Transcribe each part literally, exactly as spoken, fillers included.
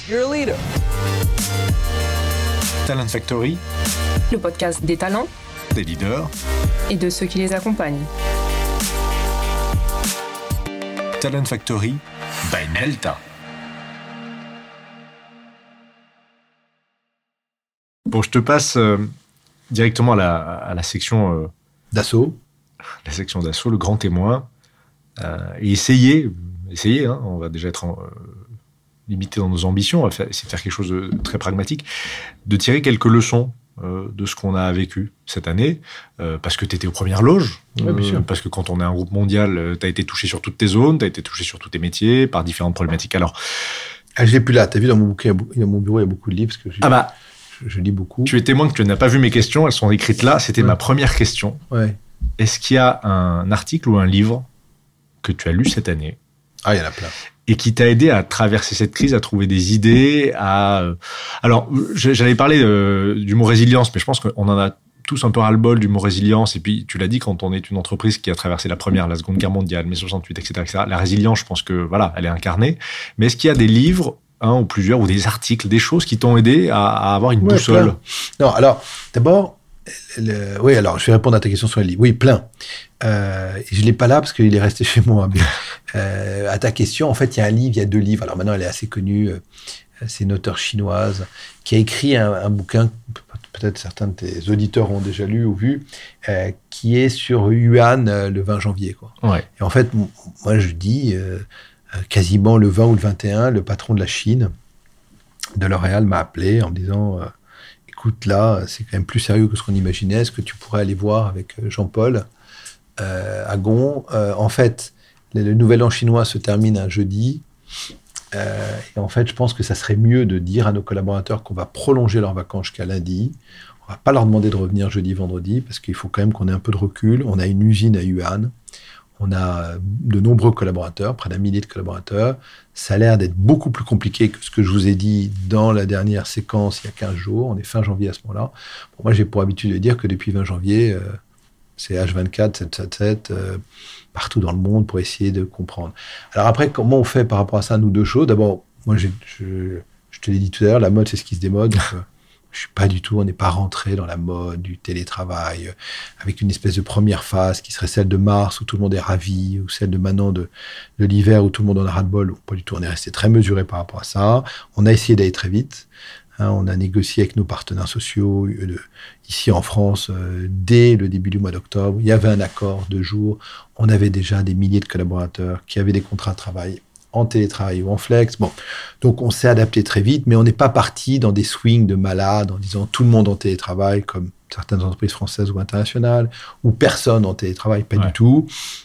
You're a leader. Talent Factory, le podcast des talents, des leaders et de ceux qui les accompagnent. Talent Factory by Nelta. Bon, je te passe euh, directement à la, à la section euh, d'assaut. La section d'assaut, le grand témoin. Euh, et essayez, essayez hein, on va déjà être en, euh, limité dans nos ambitions, on va faire, essayer de faire quelque chose de très pragmatique, de tirer quelques leçons euh, de ce qu'on a vécu cette année, euh, parce que tu étais aux premières loges, ouais, bien sûr. Euh, parce que quand on est un groupe mondial, tu as été touché sur toutes tes zones, tu as été touché sur tous tes métiers, par différentes problématiques. Alors, ah, je l'ai plus là, tu as vu dans mon bouquin, dans mon bureau, il y a beaucoup de livres, parce que je, ah bah, je, je lis beaucoup. Tu es témoin que tu n'as pas vu mes questions, elles sont écrites là, c'était ouais. ma première question. Ouais. Est-ce qu'il y a un article ou un livre que tu as lu cette année? Ah, il y en a plein. Et qui t'a aidé à traverser cette crise, à trouver des idées, à... Alors, j'allais parler euh, du mot résilience, mais je pense qu'on en a tous un peu ras-le-bol du mot résilience. Et puis, tu l'as dit, quand on est une entreprise qui a traversé la première, la seconde guerre mondiale, mai soixante-huit, et cetera, et cetera, la résilience, je pense que, voilà, elle est incarnée. Mais est-ce qu'il y a des livres, un ou plusieurs, ou des articles, des choses qui t'ont aidé à, à avoir une ouais, boussole? Plein. Non, alors, d'abord... Le, oui, alors je vais répondre à ta question sur les livres. Oui, plein. Euh, je ne l'ai pas là parce qu'il est resté chez moi. Mais, euh, à ta question, en fait, il y a un livre, il y a deux livres. Alors maintenant, elle est assez connue. Euh, c'est une auteure chinoise qui a écrit un, un bouquin, peut-être certains de tes auditeurs ont déjà lu ou vu, euh, qui est sur Yuan euh, le vingt janvier. Quoi. Ouais. Et en fait, moi, je dis, euh, quasiment le vingt ou le vingt et un, le patron de la Chine, de L'Oréal, m'a appelé en me disant... Euh, écoute, là, c'est quand même plus sérieux que ce qu'on imaginait. Est-ce que tu pourrais aller voir avec Jean-Paul euh, à Gon euh, En fait, le, le nouvel an chinois se termine un jeudi. Euh, et en fait, je pense que ça serait mieux de dire à nos collaborateurs qu'on va prolonger leurs vacances jusqu'à lundi. On ne va pas leur demander de revenir jeudi, vendredi, parce qu'il faut quand même qu'on ait un peu de recul. On a une usine à Yuan. On a de nombreux collaborateurs, près d'un millier de collaborateurs. Ça a l'air d'être beaucoup plus compliqué que ce que je vous ai dit dans la dernière séquence il y a quinze jours. On est fin janvier à ce moment-là. Bon, moi, j'ai pour habitude de dire que depuis vingt janvier, euh, c'est H vingt-quatre, sept cent soixante-dix-sept, euh, partout dans le monde pour essayer de comprendre. Alors après, comment on fait par rapport à ça? Nous, deux choses. D'abord, moi, j'ai, je, je te l'ai dit tout à l'heure, la mode, c'est ce qui se démode. Donc, euh, je suis pas du tout, on n'est pas rentré dans la mode du télétravail euh, avec une espèce de première phase qui serait celle de mars où tout le monde est ravi, ou celle de maintenant de, de l'hiver où tout le monde en a ras-le-bol. Pas du tout, on est resté très mesuré par rapport à ça. On a essayé d'aller très vite. Hein, on a négocié avec nos partenaires sociaux euh, ici en France euh, dès le début du mois d'octobre. Il y avait un accord de jour. On avait déjà des milliers de collaborateurs qui avaient des contrats de travail en télétravail ou en flex. Bon, donc on s'est adapté très vite, mais on n'est pas parti dans des swings de malades en disant tout le monde en télétravail, comme certaines entreprises françaises ou internationales, ou personne en télétravail, pas ouais. du tout.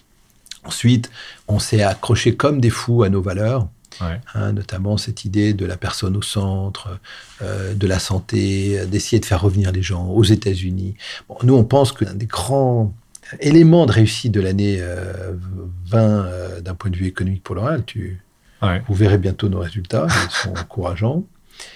Ensuite, on s'est accroché comme des fous à nos valeurs, ouais. hein, notamment cette idée de la personne au centre, euh, de la santé, d'essayer de faire revenir les gens aux États-Unis. Bon, nous, on pense qu'un des grands élément de réussite de l'année euh, vingt euh, d'un point de vue économique pour L'Oréal, tu, ouais. vous verrez bientôt nos résultats, ils sont encourageants,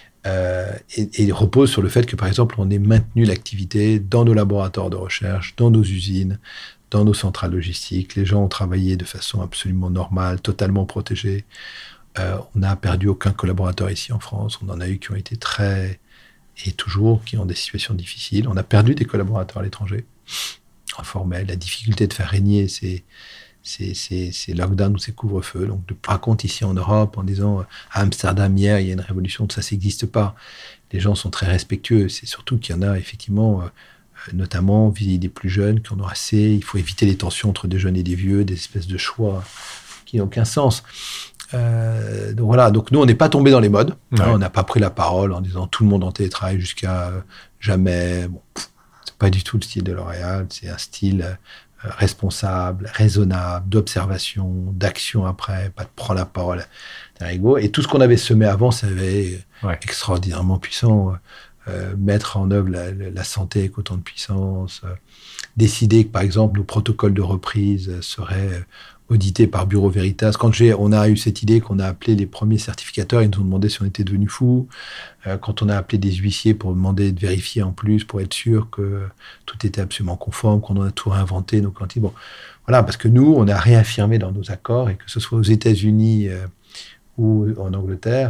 euh, et, et repose sur le fait que, par exemple, on ait maintenu l'activité dans nos laboratoires de recherche, dans nos usines, dans nos centrales logistiques. Les gens ont travaillé de façon absolument normale, totalement protégée. Euh, on n'a perdu aucun collaborateur ici en France. On en a eu qui ont été très, et toujours, qui ont des situations difficiles. On a perdu des collaborateurs à l'étranger. Informel, la difficulté de faire régner ces, ces, ces, ces lockdowns ou ces couvre-feux. Donc, de raconter ici en Europe en disant à Amsterdam hier, il y a une révolution, tout ça, ça n'existe pas. Les gens sont très respectueux. C'est surtout qu'il y en a effectivement, euh, notamment vis-à-vis des plus jeunes, qui en ont assez. Il faut éviter les tensions entre des jeunes et des vieux, des espèces de choix qui n'ont aucun sens. Euh, donc voilà, donc nous on n'est pas tombé dans les modes, ouais. hein, on n'a pas pris la parole en disant tout le monde en télétravail jusqu'à euh, jamais. Bon, pff, c'est pas du tout le style de L'Oréal, c'est un style euh, responsable, raisonnable, d'observation, d'action après, pas de prendre la parole d'un ego. Et tout ce qu'on avait semé avant, ça avait ouais. extraordinairement puissant. Euh, mettre en œuvre la, la santé avec autant de puissance, euh, décider que par exemple nos protocoles de reprise seraient audité par Bureau Veritas. Quand j'ai, on a eu cette idée qu'on a appelé les premiers certificateurs, ils nous ont demandé si on était devenus fous. Euh, quand on a appelé des huissiers pour demander de vérifier en plus, pour être sûr que tout était absolument conforme, qu'on a tout réinventé, nos cantines. Bon, voilà, parce que nous, on a réaffirmé dans nos accords, et que ce soit aux États-Unis euh, ou en Angleterre,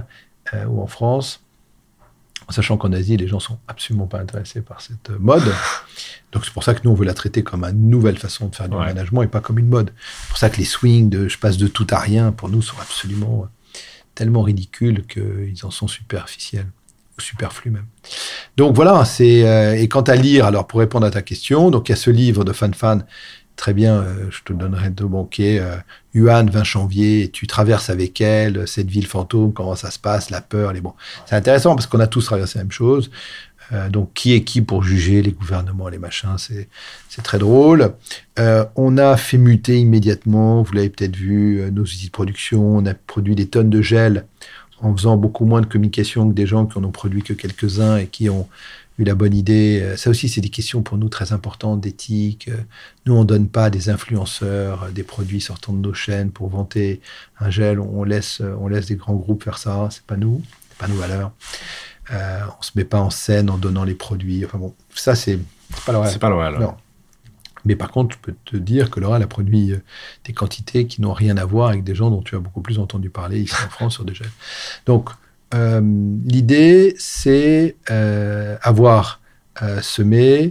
euh, ou en France, en sachant qu'en Asie, les gens sont absolument pas intéressés par cette mode. Donc c'est pour ça que nous, on veut la traiter comme une nouvelle façon de faire du ouais. management et pas comme une mode. C'est pour ça que les swings de « je passe de tout à rien », pour nous, sont absolument tellement ridicules qu'ils en sont superficiels, ou superflus même. Donc voilà, c'est, euh, et quant à lire, alors pour répondre à ta question, donc il y a ce livre de Fan Fan, très bien, euh, je te donnerai deux banquets, euh, Yuan, vingt janvier, et tu traverses avec elle cette ville fantôme, comment ça se passe, la peur, les bons. C'est intéressant parce qu'on a tous traversé la même chose. Euh, donc, qui est qui pour juger les gouvernements, les machins, c'est, c'est très drôle. Euh, on a fait muter immédiatement, vous l'avez peut-être vu, euh, nos outils de production. On a produit des tonnes de gel en faisant beaucoup moins de communication que des gens qui en ont produit que quelques-uns et qui ont eu la bonne idée. Ça aussi, c'est des questions pour nous très importantes d'éthique. Nous, on ne donne pas à des influenceurs des produits sortant de nos chaînes pour vanter un gel. On laisse, on laisse des grands groupes faire ça. C'est pas nous, c'est pas nos valeurs. Euh, on se met pas en scène en donnant les produits. Enfin bon, ça, c'est, c'est pas L'Oréal. C'est pas L'Oréal. Non. Mais par contre, je peux te dire que L'Oréal a produit des quantités qui n'ont rien à voir avec des gens dont tu as beaucoup plus entendu parler ici en France sur des gels. Donc, euh, l'idée, c'est euh, avoir euh, semé,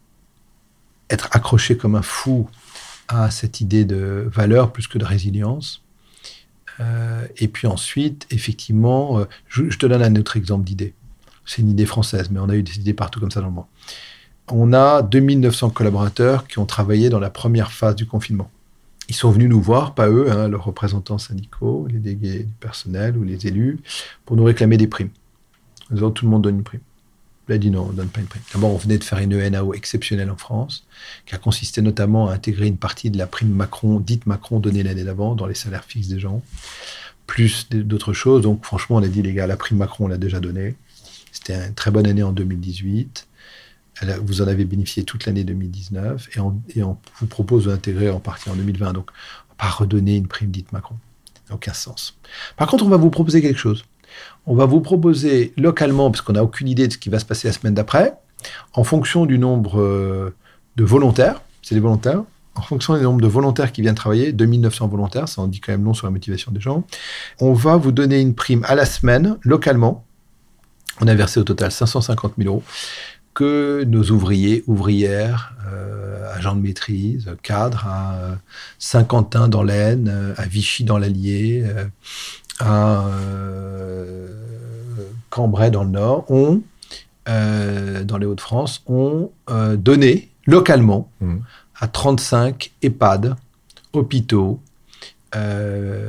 être accroché comme un fou à cette idée de valeur plus que de résilience. Euh, et puis ensuite, effectivement, euh, je, je te donne un autre exemple d'idée. C'est une idée française, mais on a eu des idées partout comme ça dans le monde. On a deux mille neuf cents collaborateurs qui ont travaillé dans la première phase du confinement. Ils sont venus nous voir, pas eux, hein, leurs représentants syndicaux, les délégués du personnel ou les élus, pour nous réclamer des primes. Nous avons, tout le monde donne une prime. On a dit non, on ne donne pas une prime. D'abord, on venait de faire une E N A O exceptionnelle en France, qui a consisté notamment à intégrer une partie de la prime Macron, dite Macron, donnée l'année d'avant, dans les salaires fixes des gens, plus d'autres choses. Donc franchement, on a dit, les gars, la prime Macron, on l'a déjà donnée. C'était une très bonne année en deux mille dix-huit. Vous en avez bénéficié toute l'année deux mille dix-neuf et on, et on vous propose d'intégrer en partie en deux mille vingt. Donc, on ne va pas redonner une prime dite Macron. Ça n'a aucun sens. Par contre, on va vous proposer quelque chose. On va vous proposer localement, parce qu'on n'a aucune idée de ce qui va se passer la semaine d'après, en fonction du nombre de volontaires, c'est des volontaires, en fonction du nombre de volontaires qui viennent travailler, deux mille neuf cents volontaires, ça en dit quand même long sur la motivation des gens, on va vous donner une prime à la semaine, localement. On a versé au total cinq cent cinquante mille euros, que nos ouvriers, ouvrières, euh, agents de maîtrise, cadres à euh, Saint-Quentin dans l'Aisne, euh, à Vichy dans l'Allier, euh, à euh, Cambrai dans le Nord, ont, euh, dans les Hauts-de-France, ont euh, donné localement mmh. à trente-cinq EHPAD, hôpitaux, euh,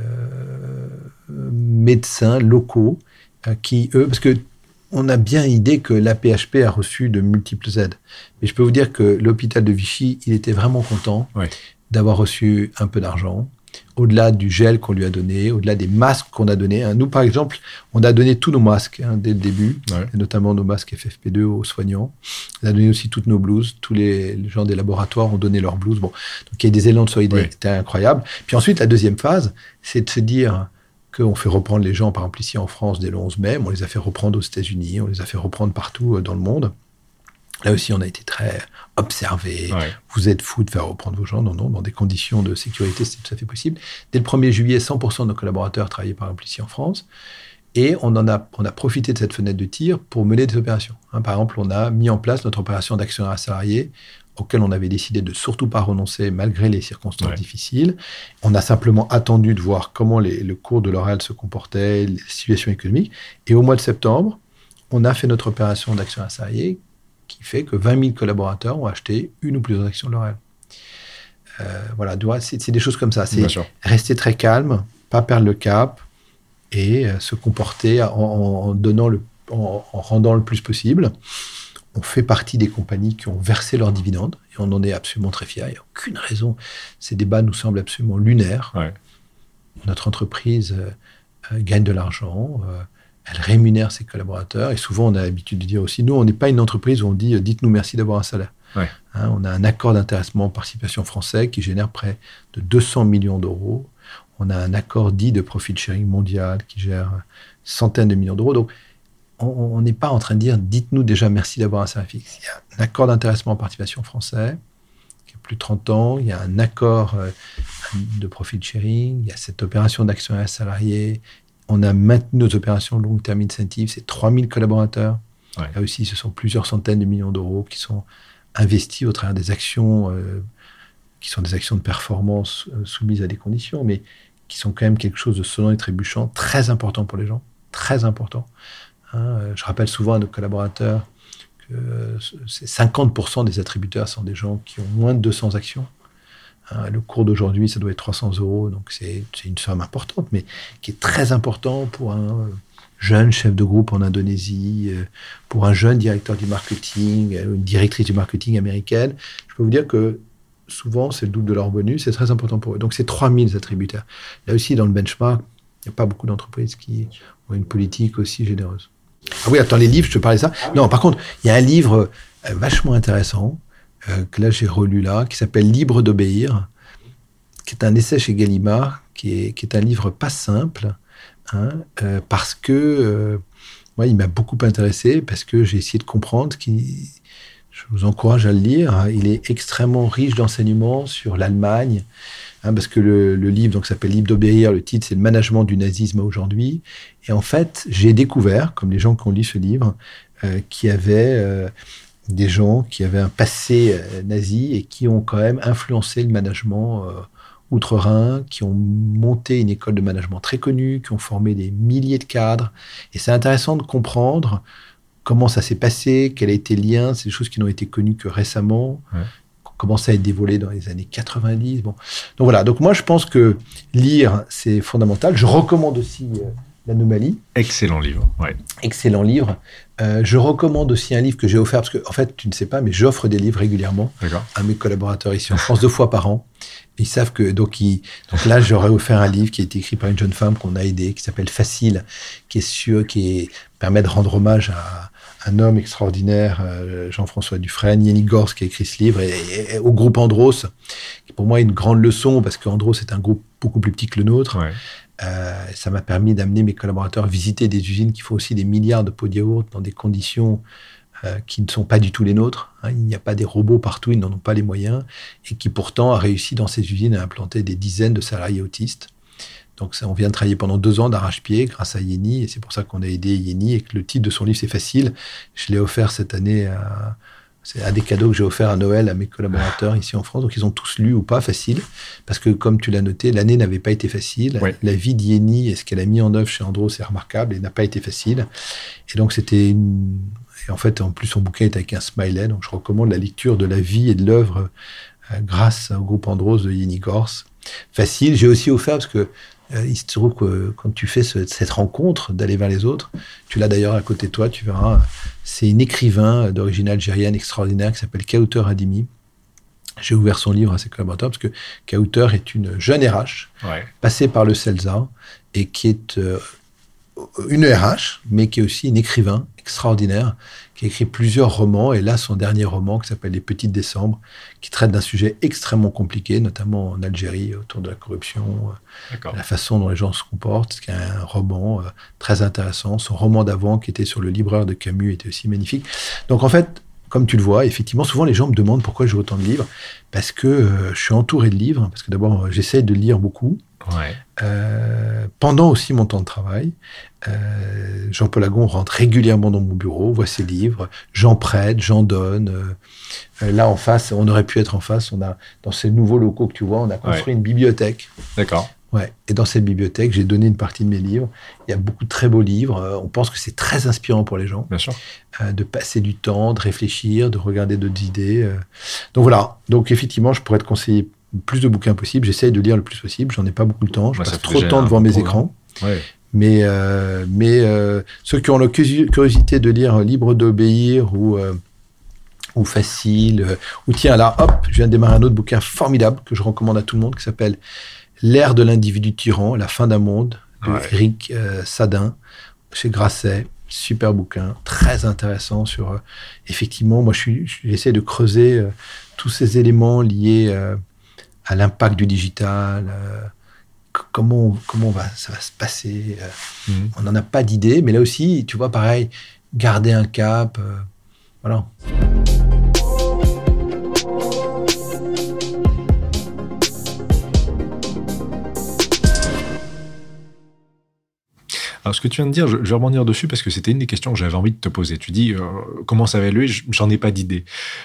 médecins locaux, euh, qui, eux, parce que on a bien idée que l'A P H P a reçu de multiples aides. Mais je peux vous dire que l'hôpital de Vichy, il était vraiment content ouais. d'avoir reçu un peu d'argent, au-delà du gel qu'on lui a donné, au-delà des masques qu'on a donnés. Nous, par exemple, on a donné tous nos masques hein, dès le début, ouais. et notamment nos masques F F P deux aux soignants. On a donné aussi toutes nos blouses. Tous les, les gens des laboratoires ont donné leurs blouses. Bon, donc il y a des élans de solidarité ouais. incroyables. Puis ensuite, la deuxième phase, c'est de se dire qu'on fait reprendre les gens, par exemple ici en France, dès le onze mai, on les a fait reprendre aux États-Unis, on les a fait reprendre partout dans le monde. Là aussi, on a été très observés. Ouais. Vous êtes fous de faire reprendre vos gens. Non, non, dans des conditions de sécurité, c'est tout à fait possible. Dès le premier juillet, cent pour cent de nos collaborateurs travaillaient, par exemple, ici en France. Et on, en a, on a profité de cette fenêtre de tir pour mener des opérations. Hein, par exemple, on a mis en place notre opération d'actionnaire salarié, auquel on avait décidé de surtout pas renoncer malgré les circonstances ouais. difficiles. On a simplement attendu de voir comment les, le cours de L'Oréal se comportait, les situations économiques. Et au mois de septembre, on a fait notre opération d'actionnaire salarié qui fait que vingt mille collaborateurs ont acheté une ou plusieurs actions de L'Oréal. Euh, voilà, c'est, c'est des choses comme ça. C'est rester très calme, pas perdre le cap et euh, se comporter en, en, donnant le, en, en rendant le plus possible. On fait partie des compagnies qui ont versé leurs dividendes et on en est absolument très fiers. Il n'y a aucune raison. Ces débats nous semblent absolument lunaires. Ouais. Notre entreprise euh, euh, gagne de l'argent, euh, elle rémunère ses collaborateurs et souvent on a l'habitude de dire aussi, nous on n'est pas une entreprise où on dit « dites-nous merci d'avoir un salaire ouais. ». Hein, on a un accord d'intéressement en participation français qui génère près de deux cents millions d'euros. On a un accord dit de profit sharing mondial qui gère centaines de millions d'euros. Donc, on n'est pas en train de dire « dites-nous déjà merci d'avoir un salaire fixe ». Il y a un accord d'intéressement en participation français qui a plus de trente ans. Il y a un accord euh, de profit sharing. Il y a cette opération d'actionnaire salarié. On a maintenu nos opérations long term incentive, c'est trois mille collaborateurs. Ouais. Là aussi, ce sont plusieurs centaines de millions d'euros qui sont investis au travers des actions, euh, qui sont des actions de performance euh, soumises à des conditions, mais qui sont quand même quelque chose de sonnant et trébuchant, très important pour les gens, très important. Hein, euh, je rappelle souvent à nos collaborateurs que euh, c'est cinquante pour cent des attributeurs sont des gens qui ont moins de deux cents actions. Hein, le cours d'aujourd'hui, ça doit être trois cents euros, donc c'est, c'est une somme importante, mais qui est très important pour un euh, jeune chef de groupe en Indonésie, euh, pour un jeune directeur du marketing, euh, une directrice du marketing américaine. Je peux vous dire que souvent, c'est le double de leur bonus, c'est très important pour eux. Donc, c'est trois mille attributaires. Là aussi, dans le benchmark, il n'y a pas beaucoup d'entreprises qui ont une politique aussi généreuse. Ah oui, attends, les livres, je te parlais de ça. Ah oui. Non, par contre, il y a un livre euh, vachement intéressant, euh, que là, j'ai relu là, qui s'appelle « Libre d'obéir », qui est un essai chez Gallimard, qui est, qui est un livre pas simple, hein, euh, parce que euh, moi, il m'a beaucoup intéressé, parce que j'ai essayé de comprendre qui. Je vous encourage à le lire. Il est extrêmement riche d'enseignements sur l'Allemagne, hein, parce que le, le livre donc, s'appelle « Libre d'obéir ». Le titre, c'est « Le management du nazisme aujourd'hui ». Et en fait, j'ai découvert, comme les gens qui ont lu ce livre, euh, qu'il y avait euh, des gens qui avaient un passé euh, nazi et qui ont quand même influencé le management euh, outre-Rhin, qui ont monté une école de management très connue, qui ont formé des milliers de cadres. Et c'est intéressant de comprendre comment ça s'est passé, quel a été le lien, c'est des choses qui n'ont été connues que récemment, ouais. Comment ça a été dévoilé dans les années quatre-vingt-dix. Bon. Donc voilà, donc moi je pense que lire, c'est fondamental. Je recommande aussi euh, L'Anomalie. Excellent livre, ouais. Excellent livre. Euh, je recommande aussi un livre que j'ai offert, parce que en fait, tu ne sais pas, mais j'offre des livres régulièrement D'accord. à mes collaborateurs ici en France, deux fois par an. Ils savent que, donc, ils, donc là, j'aurais offert un livre qui a été écrit par une jeune femme qu'on a aidée, qui s'appelle Facile, qui est sûr, qui est, permet de rendre hommage à un homme extraordinaire, euh, Jean-François Dufresne, Yeni Gors, qui a écrit ce livre, et, et, et au groupe Andros, qui pour moi est une grande leçon, parce qu'Andros est un groupe beaucoup plus petit que le nôtre. Ouais. Euh, ça m'a permis d'amener mes collaborateurs visiter des usines qui font aussi des milliards de pots de yaourt dans des conditions euh, qui ne sont pas du tout les nôtres. Hein. Il n'y a pas des robots partout, ils n'en ont pas les moyens, et qui pourtant a réussi dans ces usines à implanter des dizaines de salariés autistes. Donc ça, on vient de travailler pendant deux ans d'arrache-pied grâce à Yeni, et c'est pour ça qu'on a aidé Yeni, et que le titre de son livre, c'est Facile. Je l'ai offert cette année à... C'est un des cadeaux que j'ai offert à Noël à mes collaborateurs ici en France. Donc, ils ont tous lu ou pas Facile. Parce que, comme tu l'as noté, l'année n'avait pas été facile. Oui. La vie d'Yeni et ce qu'elle a mis en œuvre chez Andros, c'est remarquable et n'a pas été facile. Et donc, c'était une... Et en fait, en plus, son bouquin est avec un smiley. Donc, je recommande la lecture de la vie et de l'œuvre euh, grâce au groupe Andros de Yeni Gors. Facile. J'ai aussi offert, parce que euh, il se trouve que quand tu fais ce, cette rencontre d'aller vers les autres, tu l'as d'ailleurs à côté de toi, tu verras, c'est une écrivain d'origine algérienne extraordinaire qui s'appelle Kauter Hadimi. J'ai ouvert son livre à ses collaborateurs parce que Kauter est une jeune R H, ouais. passée par le CELSA, et qui est euh, une R H, mais qui est aussi une écrivain extraordinaire, qui a écrit plusieurs romans, et là, son dernier roman, qui s'appelle Les Petites Décembres, qui traite d'un sujet extrêmement compliqué, notamment en Algérie, autour de la corruption, D'accord. la façon dont les gens se comportent, ce qui est un roman euh, très intéressant. Son roman d'avant, qui était sur le libraire de Camus, était aussi magnifique. Donc, en fait, comme tu le vois, effectivement, souvent, les gens me demandent pourquoi j'ai autant de livres, parce que euh, je suis entouré de livres, parce que d'abord, euh, j'essaie de lire beaucoup, ouais. euh, pendant aussi mon temps de travail. Euh, Jean-Paul Agon rentre régulièrement dans mon bureau, voit ses livres, j'en prête, j'en donne. Euh, là, en face, on aurait pu être en face, on a, dans ces nouveaux locaux que tu vois, on a construit ouais. une bibliothèque. D'accord. Ouais. Et dans cette bibliothèque, j'ai donné une partie de mes livres. Il y a beaucoup de très beaux livres. Euh, on pense que c'est très inspirant pour les gens. Bien sûr. Euh, de passer du temps, de réfléchir, de regarder d'autres idées. Euh. Donc voilà. Donc effectivement, je pourrais te conseiller plus de bouquins possibles. J'essaye de lire le plus possible. J'en ai pas beaucoup de temps. Je ouais, passe trop de temps devant mes écrans. Ouais. Mais, euh, mais euh, ceux qui ont la curiosité de lire Libre d'obéir ou, euh, ou Facile, euh, ou tiens, là, hop, je viens de démarrer un autre bouquin formidable que je recommande à tout le monde qui s'appelle L'ère de l'individu tyran, la fin d'un monde, de ouais. Eric euh, Sadin, chez Grasset. Super bouquin, très intéressant sur... Euh, effectivement, moi, je suis, j'essaie de creuser euh, tous ces éléments liés euh, à l'impact du digital, euh, c- comment, on, comment on va, ça va se passer. Euh, mmh. On n'en a pas d'idée, mais là aussi, tu vois, pareil, garder un cap, euh, voilà. Alors, ce que tu viens de dire, je, je vais rebondir dessus parce que c'était une des questions que j'avais envie de te poser. Tu dis, euh, comment ça va évoluer ? J'en ai pas d'idée.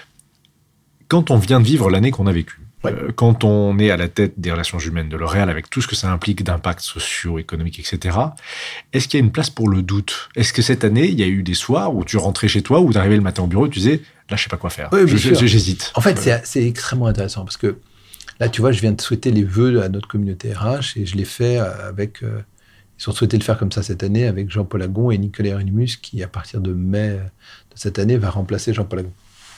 Quand on vient de vivre l'année qu'on a vécue, ouais. euh, quand on est à la tête des relations humaines de L'Oréal, avec tout ce que ça implique d'impacts sociaux, économiques, et cetera, est-ce qu'il y a une place pour le doute ? Est-ce que cette année, il y a eu des soirs où tu rentrais chez toi, où tu arrivais le matin au bureau et tu disais, là, je sais pas quoi faire. Oui, je, je, j'hésite. En fait, euh... c'est, c'est extrêmement intéressant parce que là, tu vois, je viens de souhaiter les vœux à notre communauté R H et je l'ai fait avec... Euh, ils ont souhaité le faire comme ça cette année avec Jean-Paul Agon et Nicolas Hieronymus qui, à partir de mai de cette année, va remplacer Jean-Paul Agon.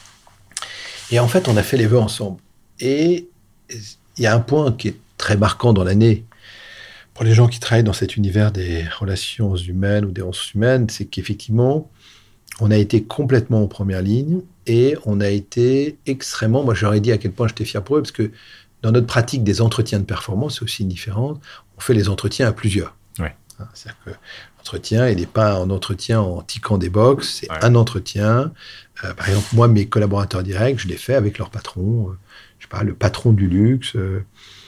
Et en fait, on a fait les vœux ensemble. Et il y a un point qui est très marquant dans l'année pour les gens qui travaillent dans cet univers des relations humaines ou des ressources humaines, c'est qu'effectivement, on a été complètement en première ligne et on a été extrêmement... Moi, j'aurais dit à quel point j'étais fier pour eux, parce que dans notre pratique des entretiens de performance, c'est aussi différent. On fait les entretiens à plusieurs. Ouais. C'est-à-dire que l'entretien, il n'est pas un entretien en tiquant des box, c'est ouais. un entretien. Euh, par exemple, moi, mes collaborateurs directs, je les fais avec leur patron. Euh, je sais pas, le patron du luxe, euh,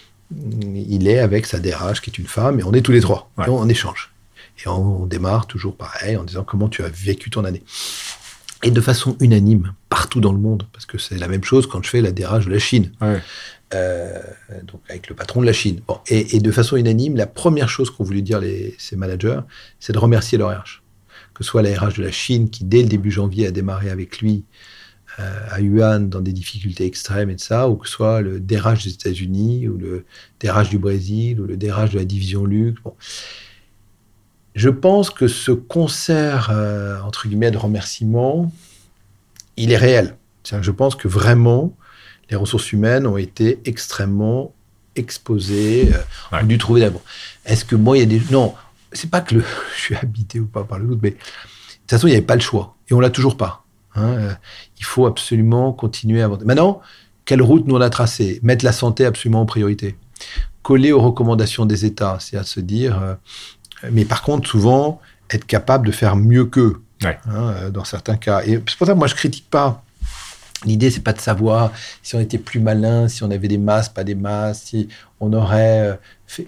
il est avec sa D R H, qui est une femme, et on est tous les trois. Ouais. Et on, on échange. Et on, on démarre toujours pareil, en disant comment tu as vécu ton année. Et de façon unanime, partout dans le monde, parce que c'est la même chose quand je fais la D R H de la Chine. Ouais. Euh, donc avec le patron de la Chine. Bon, et, et de façon unanime, la première chose qu'ont voulu dire les, ces managers, c'est de remercier leur R H. Que ce soit la R H de la Chine, qui dès le début janvier a démarré avec lui euh, à Wuhan dans des difficultés extrêmes et de ça, ou que ce soit le D R H des États-Unis, ou le D R H du Brésil, ou le D R H de la division luxe. Bon. Je pense que ce concert, euh, entre guillemets, de remerciements, il est réel. C'est-à-dire que je pense que vraiment, les ressources humaines ont été extrêmement exposées, euh, ouais. ont dû trouver d'abord. Est-ce que moi, il y a des... Non, c'est pas que le... je suis habité ou pas par le doute, mais de toute façon, il n'y avait pas le choix. Et on l'a toujours pas. Hein. Euh, il faut absolument continuer à avancer. Maintenant, quelle route nous on a tracée ? Mettre la santé absolument en priorité. Coller aux recommandations des États, c'est à se dire... Euh, mais par contre, souvent, être capable de faire mieux qu'eux, ouais. hein, dans certains cas. Et c'est pour ça que moi, je critique pas. L'idée, c'est pas de savoir si on était plus malin, si on avait des masques, pas des masques, si on aurait fait...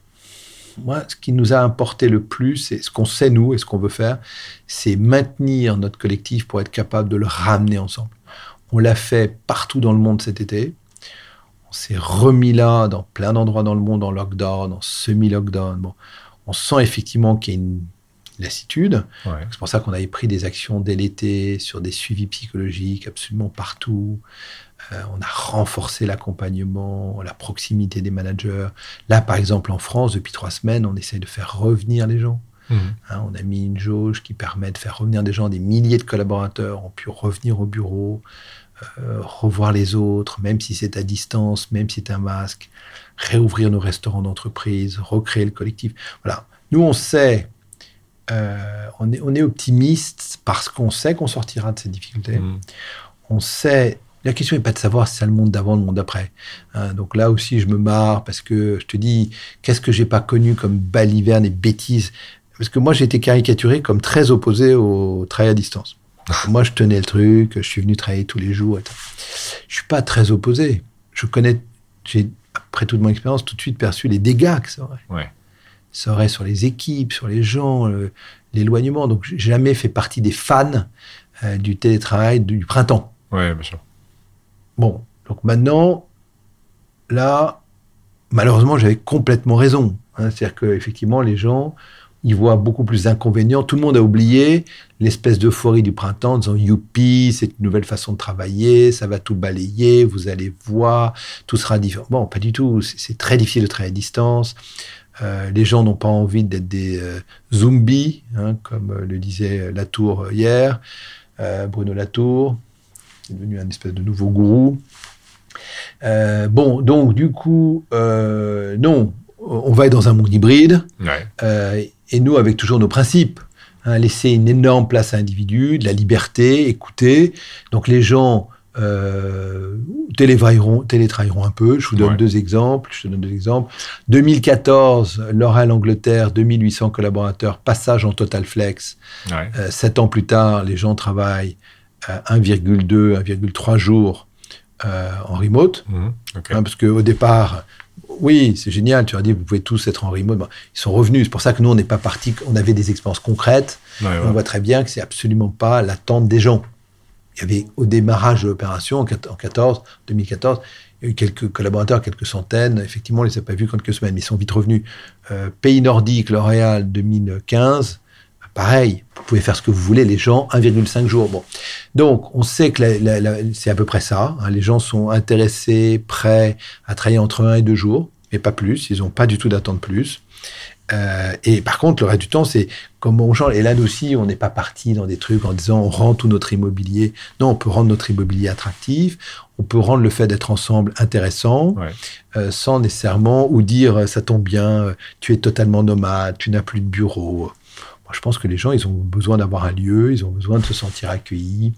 Moi, ce qui nous a importé le plus, et ce qu'on sait, nous, et ce qu'on veut faire, c'est maintenir notre collectif pour être capable de le ramener ensemble. On l'a fait partout dans le monde cet été. On s'est remis là, dans plein d'endroits dans le monde, en lockdown, en semi-lockdown. Bon, on sent effectivement qu'il y a une lassitude. Ouais. C'est pour ça qu'on avait pris des actions dès l'été sur des suivis psychologiques absolument partout. Euh, on a renforcé l'accompagnement, la proximité des managers. Là, par exemple, en France, depuis trois semaines, on essaie de faire revenir les gens. Mmh. Hein, on a mis une jauge qui permet de faire revenir des gens. Des milliers de collaborateurs ont pu revenir au bureau, euh, revoir les autres, même si c'est à distance, même si c'est un masque, réouvrir nos restaurants d'entreprise, recréer le collectif. Voilà. Nous, on sait... Euh, on, est, on est optimiste parce qu'on sait qu'on sortira de ces difficultés. Mmh. On sait... La question n'est pas de savoir si c'est le monde d'avant, le monde d'après. Hein, donc là aussi, je me marre parce que je te dis, qu'est-ce que j'ai pas connu comme baliverne et bêtises ? Parce que moi, j'ai été caricaturé comme très opposé au travail à distance. Moi, je tenais le truc, je suis venu travailler tous les jours. Attends. Je suis pas très opposé. Je connais, j'ai, après toute mon expérience, tout de suite perçu les dégâts que ça aurait. Ouais. Ça aurait sur les équipes, sur les gens, le, l'éloignement. Donc, j'ai jamais fait partie des fans euh, du télétravail du printemps. Ouais, bien sûr. Bon, donc maintenant, là, malheureusement, j'avais complètement raison. Hein, c'est-à-dire qu'effectivement, les gens, ils voient beaucoup plus d'inconvénients. Tout le monde a oublié l'espèce d'euphorie du printemps en disant « Youpi, c'est une nouvelle façon de travailler, ça va tout balayer, vous allez voir, tout sera différent. » Bon, pas du tout. C'est, c'est très difficile de travailler à distance. Euh, les gens n'ont pas envie d'être des euh, zombies, hein, comme euh, le disait Latour hier, euh, Bruno Latour. C'est devenu un espèce de nouveau gourou. Euh, bon, donc, du coup, euh, non, on va être dans un monde hybride. Ouais. Euh, et nous, avec toujours nos principes. Hein, laisser une énorme place à l'individu, de la liberté, écouter. Donc, les gens euh, télétravailleront, télétravailleront un peu. Je vous donne ouais. deux exemples. Je te donne deux exemples. deux mille quatorze, L'Oréal Angleterre, deux mille huit cents collaborateurs, passage en total flex. Ouais. Euh, sept ans plus tard, les gens travaillent un virgule deux, un virgule trois jours euh, en remote. Mmh, okay. Hein, parce qu'au départ, Oui, c'est génial. Tu leur dis, vous pouvez tous être en remote. Bon, ils sont revenus. C'est pour ça que nous, on n'est pas partis. On avait des expériences concrètes. Ouais, ouais. On voit très bien que c'est absolument pas l'attente des gens. Il y avait, au démarrage de l'opération, en quatorze, deux mille quatorze, il y a eu quelques collaborateurs, quelques centaines. Effectivement, on les a pas vus quelques semaines, mais ils sont vite revenus. Euh, pays nordique, L'Oréal, deux mille quinze, pareil. Vous pouvez faire ce que vous voulez. Les gens, un virgule cinq jours. Bon. Donc, on sait que la, la, la, c'est à peu près ça. Hein. Les gens sont intéressés, prêts à travailler entre un et deux jours, mais pas plus. Ils n'ont pas du tout d'attente plus. Euh, et par contre, le reste du temps, c'est comment on change. Et là, nous aussi, on n'est pas parti dans des trucs en disant on rend tout notre immobilier. Non, on peut rendre notre immobilier attractif. On peut rendre le fait d'être ensemble intéressant, Ouais. euh, sans nécessairement ou dire ça tombe bien, tu es totalement nomade, tu n'as plus de bureau. Moi, je pense que les gens, ils ont besoin d'avoir un lieu, ils ont besoin de se sentir accueillis.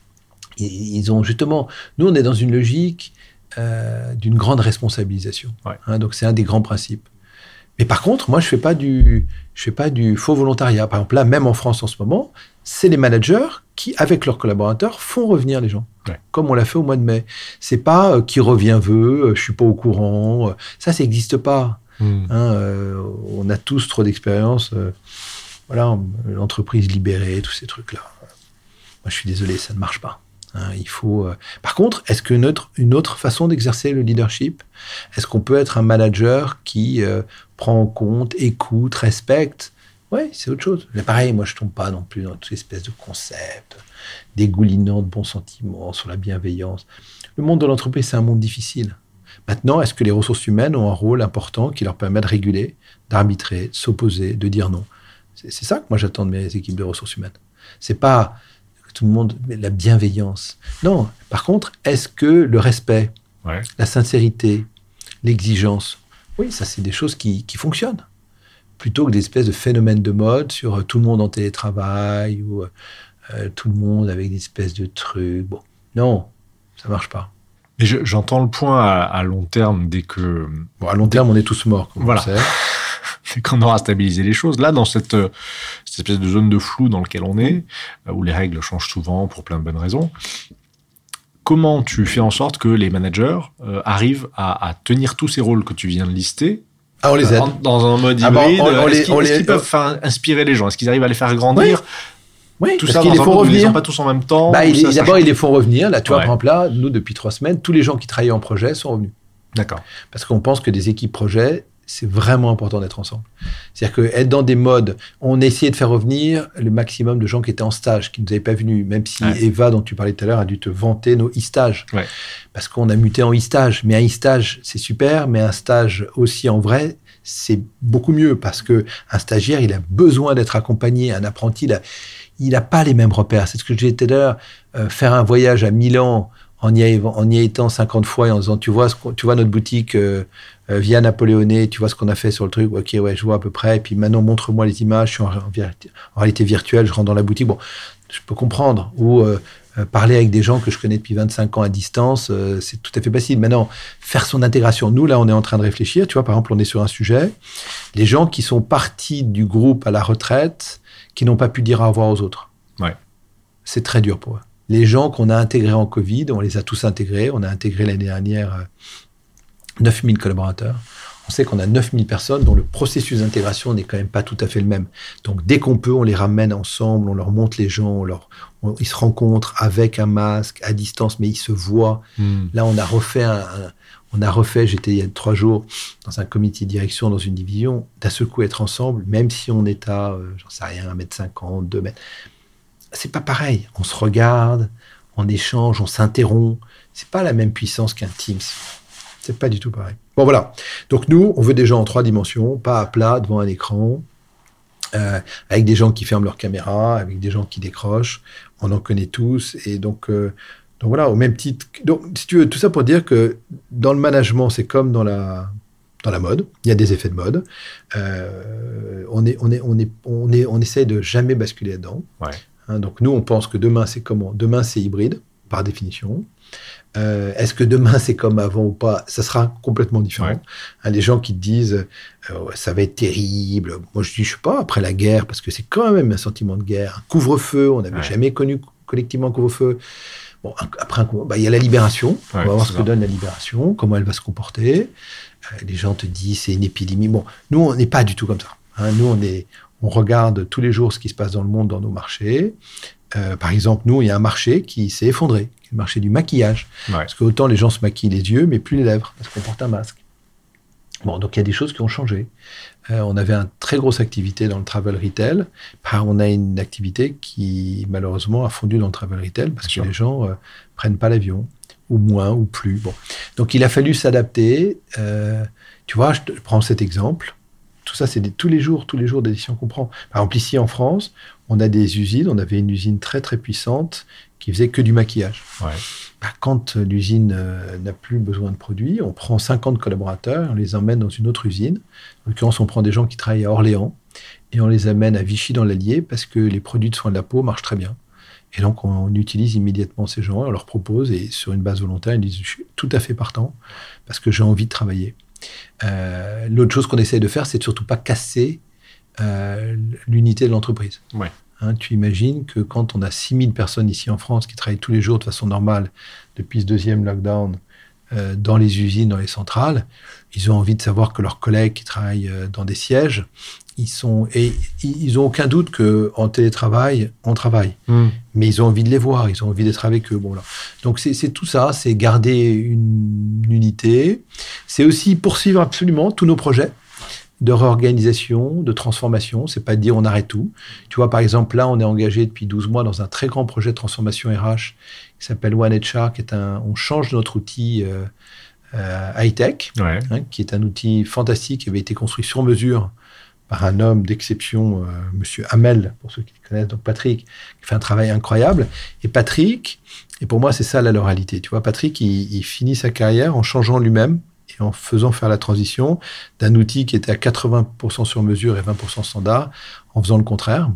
Et ils ont justement, nous, on est dans une logique euh, d'une grande responsabilisation. Ouais. Hein, donc, c'est un des grands principes. Mais par contre, moi, je fais pas du, je fais pas du faux volontariat. Par exemple, là, même en France en ce moment, c'est les managers qui, avec leurs collaborateurs, font revenir les gens. Ouais. Comme on l'a fait au mois de mai. C'est pas euh, qui revient veut, euh, je suis pas au courant. Euh, ça, ça n'existe pas. Mmh. Hein, euh, on a tous trop d'expérience. Euh, voilà, l'entreprise libérée, tous ces trucs-là. Moi, je suis désolé, ça ne marche pas. Hein, il faut. Euh... Par contre, est-ce que notre, une autre façon d'exercer le leadership, est-ce qu'on peut être un manager qui euh, prend en compte, écoute, respecte? Oui, c'est autre chose. Mais pareil, moi, je tombe pas non plus dans toute espèce de concept dégoulinant de bons sentiments sur la bienveillance. Le monde de l'entreprise, c'est un monde difficile. Maintenant, est-ce que les ressources humaines ont un rôle important qui leur permet de réguler, d'arbitrer, de s'opposer, de dire non? C'est, c'est ça que moi, j'attends de mes équipes de ressources humaines. C'est pas tout le monde, mais la bienveillance. Non. Par contre, est-ce que le respect, Ouais. la sincérité, l'exigence, oui, ça, c'est des choses qui, qui fonctionnent. Plutôt que des espèces de phénomènes de mode sur euh, tout le monde en télétravail ou euh, tout le monde avec des espèces de trucs. Bon, non, ça marche pas. Mais je, j'entends le point à, à long terme dès que... Bon, à long terme, on est tous morts, comme Voilà. on le sait. dès qu'on aura stabilisé les choses. Là, dans cette, euh, cette espèce de zone de flou dans laquelle on est, euh, où les règles changent souvent pour plein de bonnes raisons, comment tu fais en sorte que les managers euh, arrivent à, à tenir tous ces rôles que tu viens de lister Ah, on les aide. en- dans un mode Ah, hybride? bon, on- on est-ce les- qu'ils, on est-ce les- qu'ils peuvent faire inspirer les gens? Est-ce qu'ils arrivent à les faire grandir? Oui, Tout parce ça qu'ils dans les un font monde où ils ne sont revenir. pas tous en même temps? Bah, ou il- ça, ça d'abord, change? ils les font revenir. Là, tu vois, Ouais. par exemple, là, nous, depuis trois semaines, tous les gens qui travaillaient en projet sont revenus. D'accord. Parce qu'on pense que des équipes projets, c'est vraiment important d'être ensemble. C'est-à-dire qu'être dans des modes, on essayait de faire revenir le maximum de gens qui étaient en stage, qui ne nous avaient pas venus, même si Ouais. Eva, dont tu parlais tout à l'heure, a dû te vanter nos e-stages. Ouais. Parce qu'on a muté en e-stage. Mais un e-stage, c'est super, mais un stage aussi en vrai, c'est beaucoup mieux, parce que un stagiaire, il a besoin d'être accompagné. Un apprenti, il a, il a pas les mêmes repères. C'est ce que je disais tout à l'heure. Euh, faire un voyage à Milan en y, a- en y étant cinquante fois et en disant, tu vois, ce qu'on- tu vois notre boutique euh, euh, Via Napoléonée, tu vois ce qu'on a fait sur le truc, ok, ouais, je vois à peu près, et puis maintenant, montre-moi les images, je suis en, en vir- en réalité virtuelle, je rentre dans la boutique, bon, je peux comprendre, ou euh, euh, parler avec des gens que je connais depuis vingt-cinq ans à distance, euh, c'est tout à fait facile. Maintenant, faire son intégration, nous, là, on est en train de réfléchir, tu vois, par exemple, on est sur un sujet, les gens qui sont partis du groupe à la retraite, qui n'ont pas pu dire au revoir aux autres. Ouais. C'est très dur pour eux. Les gens qu'on a intégrés en Covid, on les a tous intégrés. On a intégré l'année dernière euh, neuf mille collaborateurs. On sait qu'on a neuf mille personnes dont le processus d'intégration n'est quand même pas tout à fait le même. Donc, dès qu'on peut, on les ramène ensemble, on leur montre les gens, on leur, on- ils se rencontrent avec un masque, à distance, mais ils se voient. Hmm. Là, on a refait un, un- on a refait, j'étais il y a trois jours dans un comité de direction, dans une division, d'un seul coup être ensemble, même si on est à, euh, j'en sais rien, un mètre cinquante, deux mètres. C'est pas pareil. On se regarde, on échange, on s'interrompt. C'est pas la même puissance qu'un Teams. C'est pas du tout pareil. Bon, voilà. Donc, nous, on veut des gens en trois dimensions, pas à plat devant un écran, euh, avec des gens qui ferment leur caméra, avec des gens qui décrochent. On en connaît tous. Et donc, euh, donc voilà, au même titre. Donc, si tu veux, tout ça pour dire que dans le management, c'est comme dans la, dans la mode. Il y a des effets de mode. Euh, on, est, on, est, on, est, on, est, on essaie de jamais basculer là-dedans. Ouais. Hein, donc, nous, on pense que demain, c'est comment? Demain, c'est hybride, par définition. Euh, est-ce que demain, c'est comme avant ou pas? Ça sera complètement différent. Ouais. Hein, les gens qui te disent euh, ouais, ça va être terrible. Moi, je dis, je sais pas, après la guerre, parce que c'est quand même un sentiment de guerre. Un couvre-feu, on n'avait Ouais. jamais connu collectivement un couvre-feu. Bon, un- après un couvre- bah, il y a la libération. Ouais, on va voir c'est ce que ça. donne la libération, comment elle va se comporter. Euh, les gens te disent c'est une épidémie. Bon, nous, on n'est pas du tout comme ça. Hein. Nous, on, est, on regarde tous les jours ce qui se passe dans le monde, dans nos marchés. Euh, par exemple, nous, il y a un marché qui s'est effondré, le marché du maquillage. Ouais. Parce que autant les gens se maquillent les yeux, mais plus les lèvres, parce qu'on porte un masque. Bon, donc il y a des choses qui ont changé. Euh, on avait une très grosse activité dans le travel retail. Bah, on a une activité qui, malheureusement, a fondu dans le travel retail parce Bien que sûr. les gens euh, prennent pas l'avion, ou moins, ou plus. Bon. Donc il a fallu s'adapter. Euh, tu vois, je, te, je prends cet exemple. Tout ça, c'est des, tous les jours, tous les jours des décisions qu'on prend. Par exemple, ici en France, on a des usines. On avait une usine très, très puissante qui faisait que du maquillage. Ouais. Bah, quand l'usine euh, n'a plus besoin de produits, on prend cinquante collaborateurs et on les emmène dans une autre usine. En l'occurrence, on prend des gens qui travaillent à Orléans et on les amène à Vichy dans l'Allier parce que les produits de soins de la peau marchent très bien. Et donc, on, on utilise immédiatement ces gens et on leur propose, et sur une base volontaire, ils disent « je suis tout à fait partant parce que j'ai envie de travailler ». Euh, l'autre chose qu'on essaye de faire, c'est de surtout pas casser euh, l'unité de l'entreprise. Ouais. Hein, tu imagines que quand on a six mille personnes ici en France qui travaillent tous les jours de façon normale depuis ce deuxième lockdown euh, dans les usines, dans les centrales, ils ont envie de savoir que leurs collègues qui travaillent euh, dans des sièges, ils sont et ils n'ont aucun doute qu'en télétravail, on travaille. Mmh. Mais ils ont envie de les voir, ils ont envie d'être avec eux. Bon, là. Donc c'est, c'est tout ça, c'est garder une, une unité. C'est aussi poursuivre absolument tous nos projets de réorganisation, de transformation. C'est pas de dire on arrête tout. Tu vois, par exemple, là, on est engagé depuis douze mois dans un très grand projet de transformation R H qui s'appelle One H R, qui est un, on change notre outil euh, euh, high-tech, ouais. hein, qui est un outil fantastique qui avait été construit sur mesure par un homme d'exception, euh, Monsieur Hamel, pour ceux qui le connaissent, donc Patrick, qui fait un travail incroyable. Et Patrick, et pour moi, c'est ça la réalité. Tu vois, Patrick, il, il finit sa carrière en changeant lui-même et en faisant faire la transition d'un outil qui était à quatre-vingts pour cent sur mesure et vingt pour cent standard, en faisant le contraire.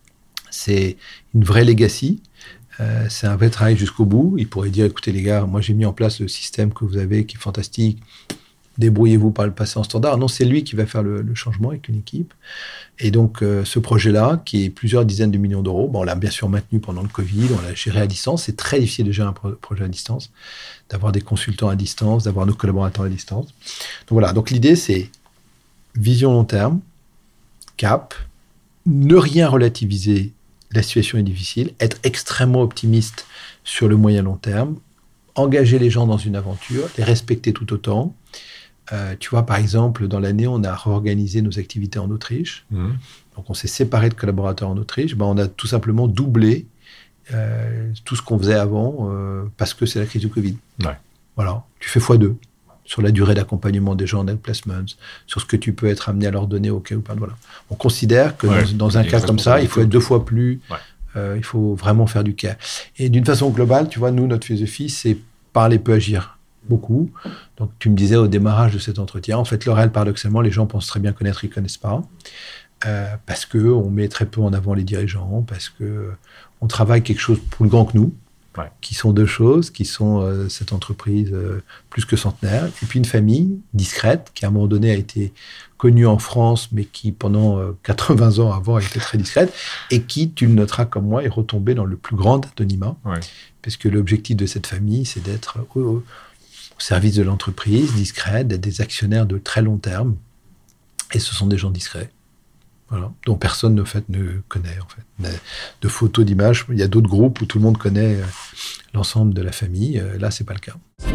C'est une vraie legacy. Euh, c'est un vrai travail jusqu'au bout. Il pourrait dire, écoutez les gars, moi j'ai mis en place le système que vous avez, qui est fantastique. Débrouillez-vous par le passer en standard. Non, c'est lui qui va faire le, le changement avec une équipe. Et donc, euh, ce projet-là, qui est plusieurs dizaines de millions d'euros, bon, on l'a bien sûr maintenu pendant le Covid, on l'a géré à distance. C'est très difficile de gérer un pro- projet à distance, d'avoir des consultants à distance, d'avoir nos collaborateurs à distance. Donc voilà, donc l'idée, c'est vision long terme, cap, ne rien relativiser, la situation est difficile, être extrêmement optimiste sur le moyen long terme, engager les gens dans une aventure, les respecter tout autant. Euh, tu vois, par exemple, dans l'année, on a réorganisé nos activités en Autriche. Mmh. Donc, on s'est séparé de collaborateurs en Autriche. Ben, on a tout simplement doublé euh, tout ce qu'on faisait avant euh, parce que c'est la crise du Covid. Ouais. Voilà. Tu fais fois deux sur la durée d'accompagnement des gens en placements, sur ce que tu peux être amené à leur donner au cas ou pas. Voilà. On considère que ouais, dans, dans un cas comme ça, il faut être deux fois plus... Ouais. Euh, il faut vraiment faire du care. Et d'une façon globale, tu vois, nous, notre philosophie, c'est parler peut agir. Beaucoup. Donc, tu me disais au démarrage de cet entretien, en fait, le réel, paradoxalement, les gens pensent très bien connaître, ils ne connaissent pas, euh, parce qu'on met très peu en avant les dirigeants, parce qu'on travaille quelque chose plus grand que nous, ouais. qui sont deux choses, qui sont euh, cette entreprise euh, plus que centenaire, et puis une famille discrète, qui à un moment donné a été connue en France, mais qui pendant euh, quatre-vingts ans avant a été très discrète, et qui, tu le noteras comme moi, est retombée dans le plus grand anonymat, ouais. parce que l'objectif de cette famille, c'est d'être... Euh, euh, au service de l'entreprise, discrète, d'être des actionnaires de très long terme. Et ce sont des gens discrets, voilà, dont personne en fait, ne connaît. En fait. De photos, d'images, il y a d'autres groupes où tout le monde connaît l'ensemble de la famille. Là, ce n'est pas le cas.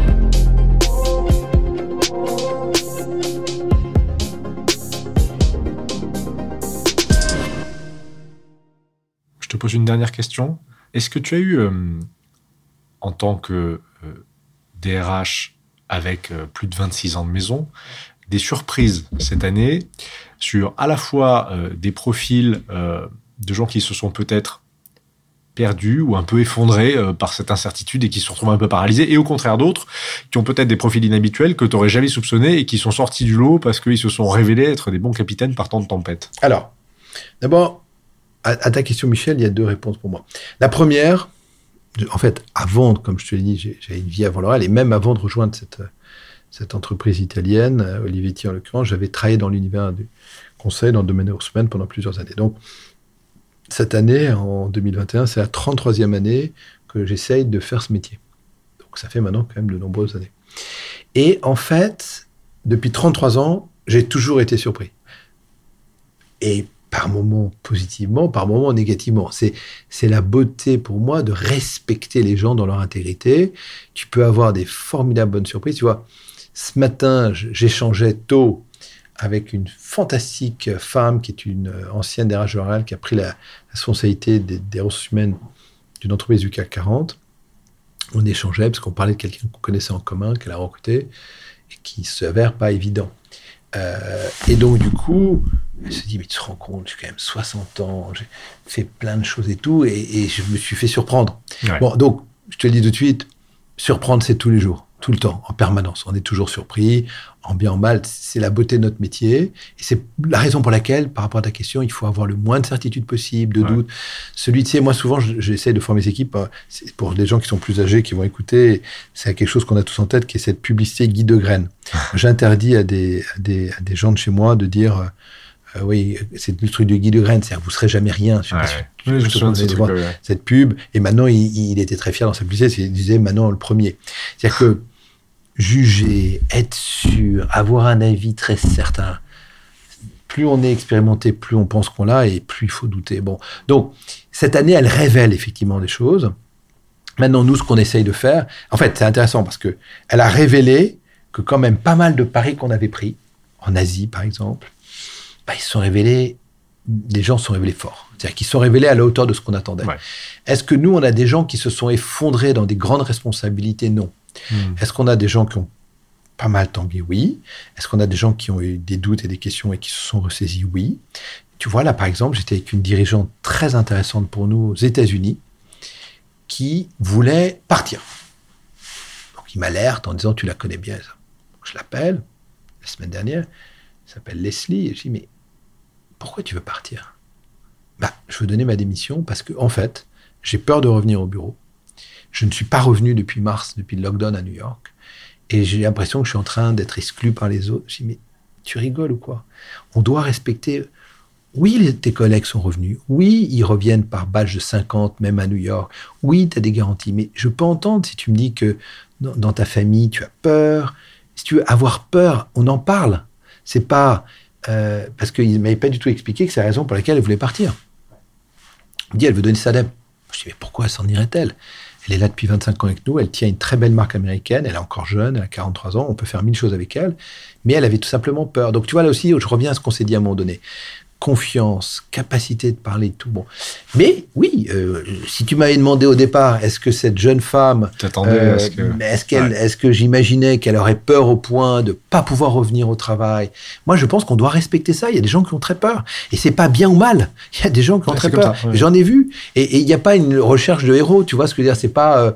Je te pose une dernière question. Est-ce que tu as eu, euh, en tant que euh, D R H avec euh, plus de vingt-six ans de maison, des surprises cette année sur à la fois euh, des profils euh, de gens qui se sont peut-être perdus ou un peu effondrés euh, par cette incertitude et qui se retrouvent un peu paralysés, et au contraire d'autres qui ont peut-être des profils inhabituels que tu n'aurais jamais soupçonnés et qui sont sortis du lot parce qu'ils se sont révélés être des bons capitaines par temps de tempête. Alors, d'abord, à, à ta question, Michel, il y a deux réponses pour moi. La première... En fait, avant, comme je te l'ai dit, j'ai, j'avais une vie avant L'Oréal, et même avant de rejoindre cette, cette entreprise italienne, Olivetti en l'occurrence, j'avais travaillé dans l'univers du conseil, dans le domaine des ressources humaines pendant plusieurs années. Donc, cette année, en deux mille vingt et un, c'est la trente-troisième année que j'essaye de faire ce métier. Donc, ça fait maintenant quand même de nombreuses années. Et en fait, depuis trente-trois ans, j'ai toujours été surpris. Et par moments positivement, par moments négativement. C'est, c'est la beauté pour moi de respecter les gens dans leur intégrité. Tu peux avoir des formidables bonnes surprises. Tu vois, ce matin, j'échangeais tôt avec une fantastique femme qui est une ancienne D R H générale qui a pris la responsabilité des, des ressources humaines d'une entreprise du C A C quarante. On échangeait parce qu'on parlait de quelqu'un qu'on connaissait en commun, qu'elle a recruté et qui s'avère pas évident. Euh, et donc, du coup, elle se dit, mais tu te rends compte, j'ai quand même soixante ans, j'ai fait plein de choses et tout, et, et je me suis fait surprendre. Ouais. Bon, donc, je te le dis tout de suite, surprendre, c'est tous les jours, tout le temps, en permanence. On est toujours surpris, en bien, en mal. C'est la beauté de notre métier. Et c'est la raison pour laquelle, par rapport à ta question, il faut avoir le moins de certitude possible, de ouais. doute. Celui, tu sais, moi, souvent, j'essaie de former mes équipes, c'est pour des gens qui sont plus âgés, qui vont écouter, c'est quelque chose qu'on a tous en tête, qui est cette publicité Guy de Graine. J'interdis à des, à, des, à des gens de chez moi de dire... Euh, oui, c'est le truc de Guy de Graine, c'est-à-dire que vous ne serez jamais rien. Je sais pas si tu, oui, je je je truc, ouais. Cette pub, et maintenant, il, il était très fier dans sa publicité, il disait maintenant le premier. C'est-à-dire que juger, être sûr, avoir un avis très certain, plus on est expérimenté, plus on pense qu'on l'a, et plus il faut douter. Bon, donc, cette année, elle révèle effectivement des choses. Maintenant, nous, ce qu'on essaye de faire, en fait, c'est intéressant parce que elle a révélé que quand même pas mal de paris qu'on avait pris, en Asie par exemple, bah, ils se sont révélés, les gens se sont révélés forts. C'est-à-dire qu'ils se sont révélés à la hauteur de ce qu'on attendait. Ouais. Est-ce que nous, on a des gens qui se sont effondrés dans des grandes responsabilités ? Non. Mmh. Est-ce qu'on a des gens qui ont pas mal tangué ? Oui. Est-ce qu'on a des gens qui ont eu des doutes et des questions et qui se sont ressaisis ? Oui. Tu vois, là, par exemple, j'étais avec une dirigeante très intéressante pour nous aux États-Unis qui voulait partir. Donc, il m'alerte en disant « Tu la connais bien ?» Je l'appelle, la semaine dernière, elle s'appelle Leslie, et je dis « Mais pourquoi tu veux partir ?» Bah, je veux donner ma démission parce que, en fait, j'ai peur de revenir au bureau. Je ne suis pas revenu depuis mars, depuis le lockdown à New York, et j'ai l'impression que je suis en train d'être exclu par les autres. Je dis, mais tu rigoles ou quoi ? On doit respecter... Oui, les, tes collègues sont revenus. Oui, ils reviennent par badge de cinquante, même à New York. Oui, tu as des garanties. Mais je peux entendre si tu me dis que dans, dans ta famille, tu as peur. Si tu veux avoir peur, on en parle. C'est pas... Euh, parce qu'il ne m'avait pas du tout expliqué que c'est la raison pour laquelle elle voulait partir. Il me dit, elle veut donner sa dème. Je dis, mais pourquoi s'en irait-elle ? Elle est là depuis vingt-cinq ans avec nous, elle tient une très belle marque américaine, elle est encore jeune, elle a quarante-trois ans, on peut faire mille choses avec elle, mais elle avait tout simplement peur. Donc tu vois, là aussi, je reviens à ce qu'on s'est dit à un moment donné. Confiance, capacité de parler, tout bon. Mais oui, euh, si tu m'avais demandé au départ, est-ce que cette jeune femme, euh, est-ce, que... Est-ce, qu'elle, ouais. est-ce que j'imaginais qu'elle aurait peur au point de pas pouvoir revenir au travail ? Moi, je pense qu'on doit respecter ça. Il y a des gens qui ont très peur, et c'est pas bien ou mal. Il y a des gens qui ont ouais, très peur. Ça, ouais. J'en ai vu, et il n'y a pas une recherche de héros. Tu vois ce que je veux dire ? C'est pas euh,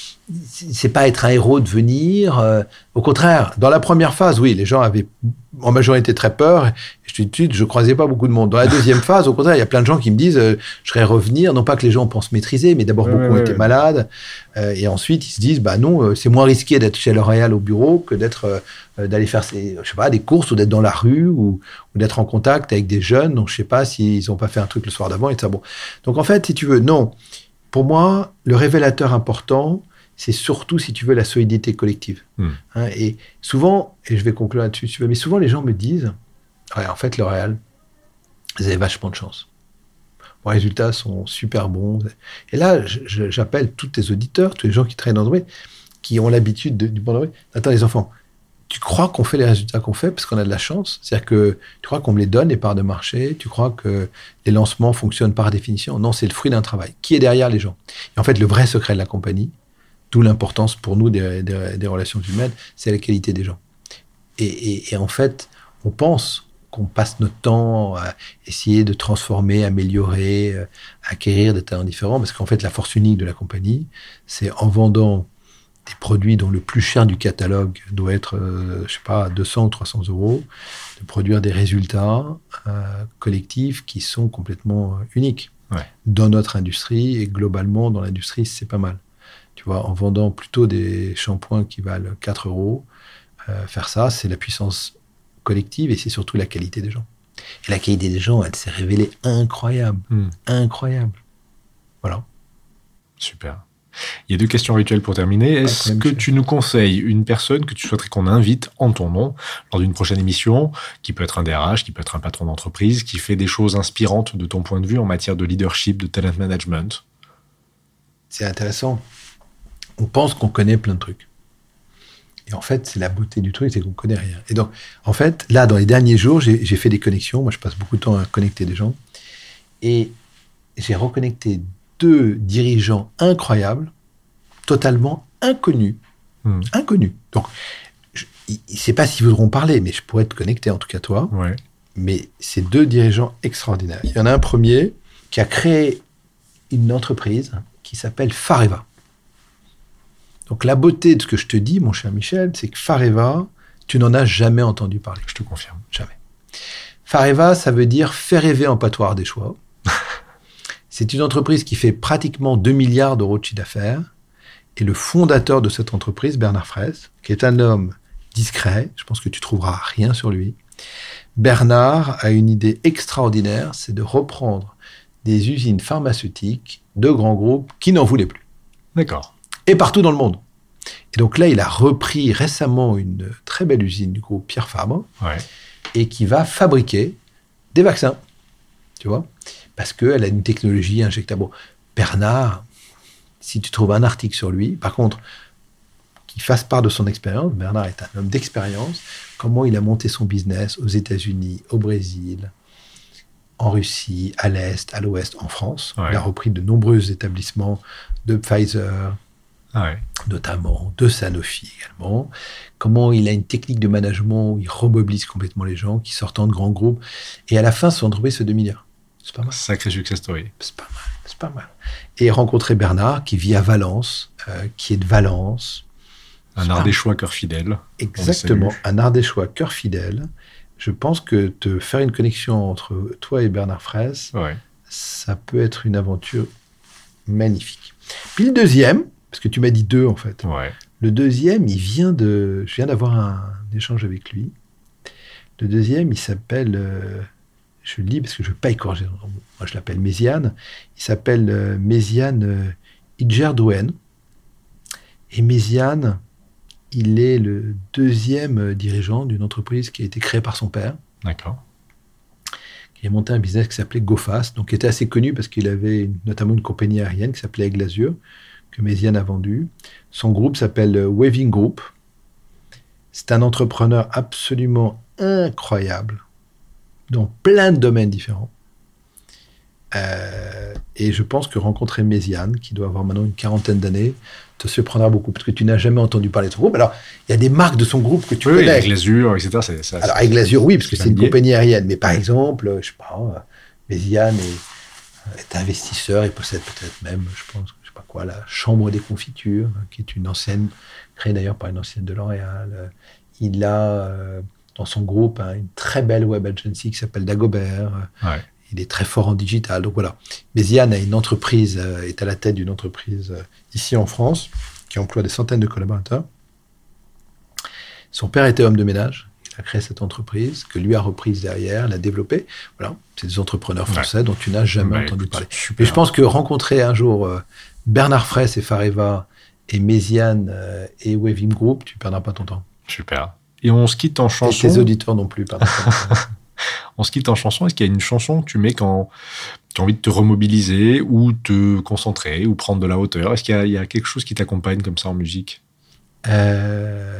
c'est pas être un héros de venir. Euh, au contraire, dans la première phase, oui, les gens avaient en majorité très peur. Et je te dis tout de suite, je croisais pas beaucoup de monde. Dans la deuxième phase, au contraire, il y a plein de gens qui me disent, euh, je serais revenir. Non pas que les gens pensent maîtriser, mais d'abord ouais, beaucoup ouais, ont été ouais. malades. Euh, et ensuite, ils se disent, bah non, euh, c'est moins risqué d'être chez L'Oréal au bureau que d'être, euh, d'aller faire ces, je sais pas, des courses ou d'être dans la rue ou, ou d'être en contact avec des jeunes. Donc je sais pas s'ils ont pas fait un truc le soir d'avant et ça. Bon. Donc en fait, si tu veux, non. Pour moi, le révélateur important, c'est surtout, si tu veux, la solidité collective. Mmh. Hein, et souvent, et je vais conclure là-dessus, si tu veux, mais souvent les gens me disent, ouais, en fait, L'Oréal, vous avez vachement de chance. Vos résultats sont super bons. Et là, je, j'appelle tous tes auditeurs, tous les gens qui travaillent dans l'entreprise, qui ont l'habitude de, du bon entreprise. Attends, les enfants, tu crois qu'on fait les résultats qu'on fait parce qu'on a de la chance ? C'est-à-dire que tu crois qu'on me les donne, les parts de marché ? Tu crois que les lancements fonctionnent par définition ? Non, c'est le fruit d'un travail. Qui est derrière les gens ? Et en fait, le vrai secret de la compagnie, d'où l'importance pour nous des, des, des relations humaines, c'est la qualité des gens. Et, et, et en fait, on pense qu'on passe notre temps à essayer de transformer, améliorer, acquérir des talents différents, parce qu'en fait, la force unique de la compagnie, c'est en vendant des produits dont le plus cher du catalogue doit être, euh, je sais pas, deux cents ou trois cents euros, de produire des résultats euh, collectifs qui sont complètement euh, uniques. Ouais. Dans notre industrie, et globalement, dans l'industrie, c'est pas mal. Tu vois, en vendant plutôt des shampoings qui valent quatre euros, euh, faire ça, c'est la puissance collective et c'est surtout la qualité des gens. Et la qualité des gens, elle s'est révélée incroyable. Mmh. Incroyable. Voilà. Super. Il y a deux questions rituelles pour terminer. Est-ce que tu nous conseilles une personne que tu souhaiterais qu'on invite en ton nom lors d'une prochaine émission, qui peut être un D R H, qui peut être un patron d'entreprise, qui fait des choses inspirantes de ton point de vue en matière de leadership, de talent management? C'est intéressant. On pense qu'on connaît plein de trucs. Et en fait, c'est la beauté du truc, c'est qu'on ne connaît rien. Et donc, en fait, là, dans les derniers jours, j'ai, j'ai fait des connexions. Moi, je passe beaucoup de temps à connecter des gens. Et j'ai reconnecté deux dirigeants incroyables, totalement inconnus. Mmh. Inconnus. Donc, je ne sais pas s'ils voudront parler, mais je pourrais te connecter, en tout cas toi. Ouais. Mais c'est deux dirigeants extraordinaires. Il y en a un premier qui a créé une entreprise qui s'appelle Fareva. Donc, la beauté de ce que je te dis, mon cher Michel, c'est que Fareva, tu n'en as jamais entendu parler. Je te confirme. Jamais. Fareva, ça veut dire faire rêver en patois ardéchois. C'est une entreprise qui fait pratiquement deux milliards d'euros de chiffre d'affaires. Et le fondateur de cette entreprise, Bernard Fraisse, qui est un homme discret, je pense que tu trouveras rien sur lui. Bernard a une idée extraordinaire, c'est de reprendre des usines pharmaceutiques de grands groupes qui n'en voulaient plus. D'accord. Et partout dans le monde. Et donc là, il a repris récemment une très belle usine du groupe Pierre Fabre, ouais. et qui va fabriquer des vaccins, tu vois, parce qu'elle a une technologie injectable. Bon, Bernard, si tu trouves un article sur lui, par contre, qu'il fasse part de son expérience, Bernard est un homme d'expérience, comment il a monté son business aux États-Unis, au Brésil, en Russie, à l'Est, à l'Ouest, en France. Ouais. Il a repris de nombreux établissements de Pfizer, ah ouais. notamment de Sanofi également. Comment il a une technique de management où il remobilise complètement les gens qui sortent de grands groupes. Et à la fin, son entreprise fait deux milliards. C'est pas mal. Sacré success story. C'est pas mal. C'est pas mal. Et rencontrer Bernard, qui vit à Valence, euh, qui est de Valence. Un Ardéchois cœur fidèle. Exactement. Un Ardéchois cœur fidèle. Je pense que te faire une connexion entre toi et Bernard Fraisse, ouais. ça peut être une aventure magnifique. Puis le deuxième, parce que tu m'as dit deux en fait. Ouais. Le deuxième, il vient de... Je viens d'avoir un, un échange avec lui. Le deuxième, il s'appelle... Euh, je le lis parce que je ne veux pas écorger. Moi, je l'appelle Méziane. Il s'appelle euh, Méziane euh, Idjerdouen. Et Méziane, il est le deuxième dirigeant d'une entreprise qui a été créée par son père. D'accord. Il a monté un business qui s'appelait GoFast, donc qui était assez connu parce qu'il avait une, notamment une compagnie aérienne qui s'appelait Aigle Azur, que Méziane a vendu. Son groupe s'appelle Waving Group. C'est un entrepreneur absolument incroyable dans plein de domaines différents. Euh, et je pense que rencontrer Méziane, qui doit avoir maintenant une quarantaine d'années, te surprendra beaucoup, parce que tu n'as jamais entendu parler de son groupe. Alors, il y a des marques de son groupe que tu oui, connais. Oui, Aigle Azur, et cetera. C'est, ça, Alors, Aigle Azur, oui, parce que c'est une compagnie aérienne. Mais par exemple, je sais pas, Méziane est, est investisseur, il possède peut-être même, je pense, je sais pas quoi, la Chambre des Confitures, qui est une ancienne, créée d'ailleurs par une ancienne de L'Oréal. Il a, euh, dans son groupe, hein, une très belle web agency qui s'appelle Dagobert. Ouais. Il est très fort en digital. Donc voilà. Méziane a une entreprise, euh, est à la tête d'une entreprise euh, ici en France, qui emploie des centaines de collaborateurs. Son père était homme de ménage. Il a créé cette entreprise, que lui a reprise derrière, l'a développée. Voilà. C'est des entrepreneurs français ouais. dont tu n'as jamais bah, entendu écoute, parler. Super. Mais je pense que rencontrer un jour euh, Bernard Fraisse et Fareva et Méziane euh, et Waving Group, tu ne perdras pas ton temps. Super. Et on se quitte en chanson. Et tes auditeurs non plus, pardon. On se quitte en chanson. Est-ce qu'il y a une chanson que tu mets quand tu as envie de te remobiliser ou te concentrer ou prendre de la hauteur? Est-ce qu'il y a, il y a quelque chose qui t'accompagne comme ça en musique? euh...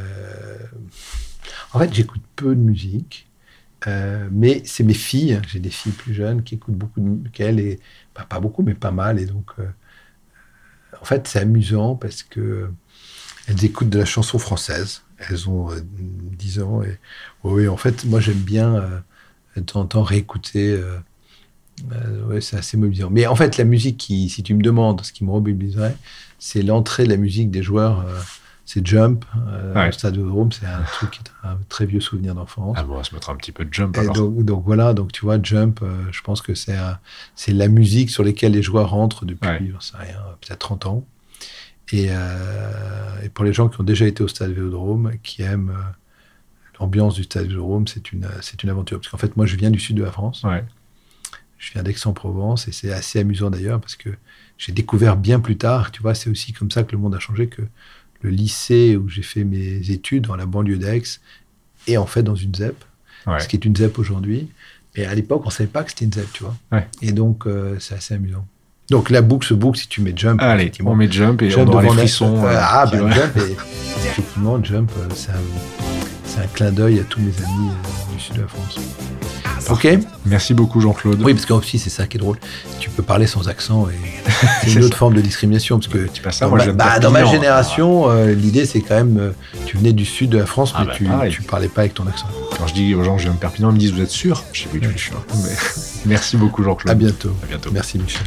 En fait, j'écoute peu de musique, euh, mais c'est mes filles. J'ai des filles plus jeunes qui écoutent beaucoup de musique, et bah, pas beaucoup, mais pas mal. Et donc, euh, en fait, c'est amusant parce que elles écoutent de la chanson française. Elles ont euh, dix ans. Et oui, en fait, moi, j'aime bien euh, de temps en temps réécouter. Euh, euh, ouais, c'est assez mobilisant. Mais en fait, la musique, qui, si tu me demandes ce qui me remobiliserait, c'est l'entrée de la musique des joueurs. Euh, c'est Jump, euh, ouais. au Stade Vélodrome. C'est un truc qui est un très vieux souvenir d'enfance. Ah bon, on va se mettre un petit peu de Jump et alors. Donc, donc voilà, donc tu vois, Jump, euh, je pense que c'est, un, c'est la musique sur laquelle les joueurs rentrent depuis, ouais. je sais rien, peut-être trente ans. Et, euh, et pour les gens qui ont déjà été au Stade Vélodrome, qui aiment euh, l'ambiance du Stade Vélodrome, c'est une, c'est une aventure. Parce qu'en fait, moi, je viens du sud de la France. Ouais. Je viens d'Aix-en-Provence et c'est assez amusant d'ailleurs parce que j'ai découvert bien plus tard, tu vois, c'est aussi comme ça que le monde a changé, que le lycée où j'ai fait mes études dans la banlieue d'Aix est en fait dans une Z E P, ouais. ce qui est une Z E P aujourd'hui. Et à l'époque, on ne savait pas que c'était une Z E P, tu vois. Ouais. Et donc, euh, c'est assez amusant. Donc la boucle se boucle si tu mets Jump. Allez, on met Jump et Jump on aura les frissons. Euh, euh, ah, bah Jump, et, effectivement, Jump, euh, c'est, un, c'est un clin d'œil à tous mes amis euh, du sud de la France. Ok. Merci beaucoup Jean-Claude. Oui, parce qu'aussi c'est ça qui est drôle. Tu peux parler sans accent et c'est, c'est une autre ça. forme de discrimination parce que tu passes ça, dans, moi, ma, je bah, dans ma génération, euh, l'idée c'est quand même, euh, tu venais du sud de la France, ah mais bah, tu, tu parlais pas avec ton accent. Quand je dis aux gens que je viens de Perpignan, ils me disent vous êtes sûr ? Je sais plus, oui, je suis sûr. Mais merci beaucoup Jean-Claude. À bientôt. À bientôt. Merci Michel.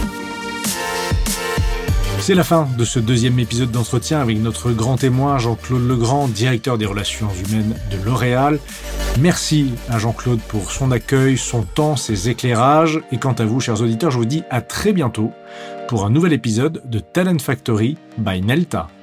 C'est la fin de ce deuxième épisode d'entretien avec notre grand témoin Jean-Claude Legrand, directeur des relations humaines de L'Oréal. Merci à Jean-Claude pour son accueil, son temps, ses éclairages. Et quant à vous, chers auditeurs, je vous dis à très bientôt pour un nouvel épisode de Talent Factory by Nelta.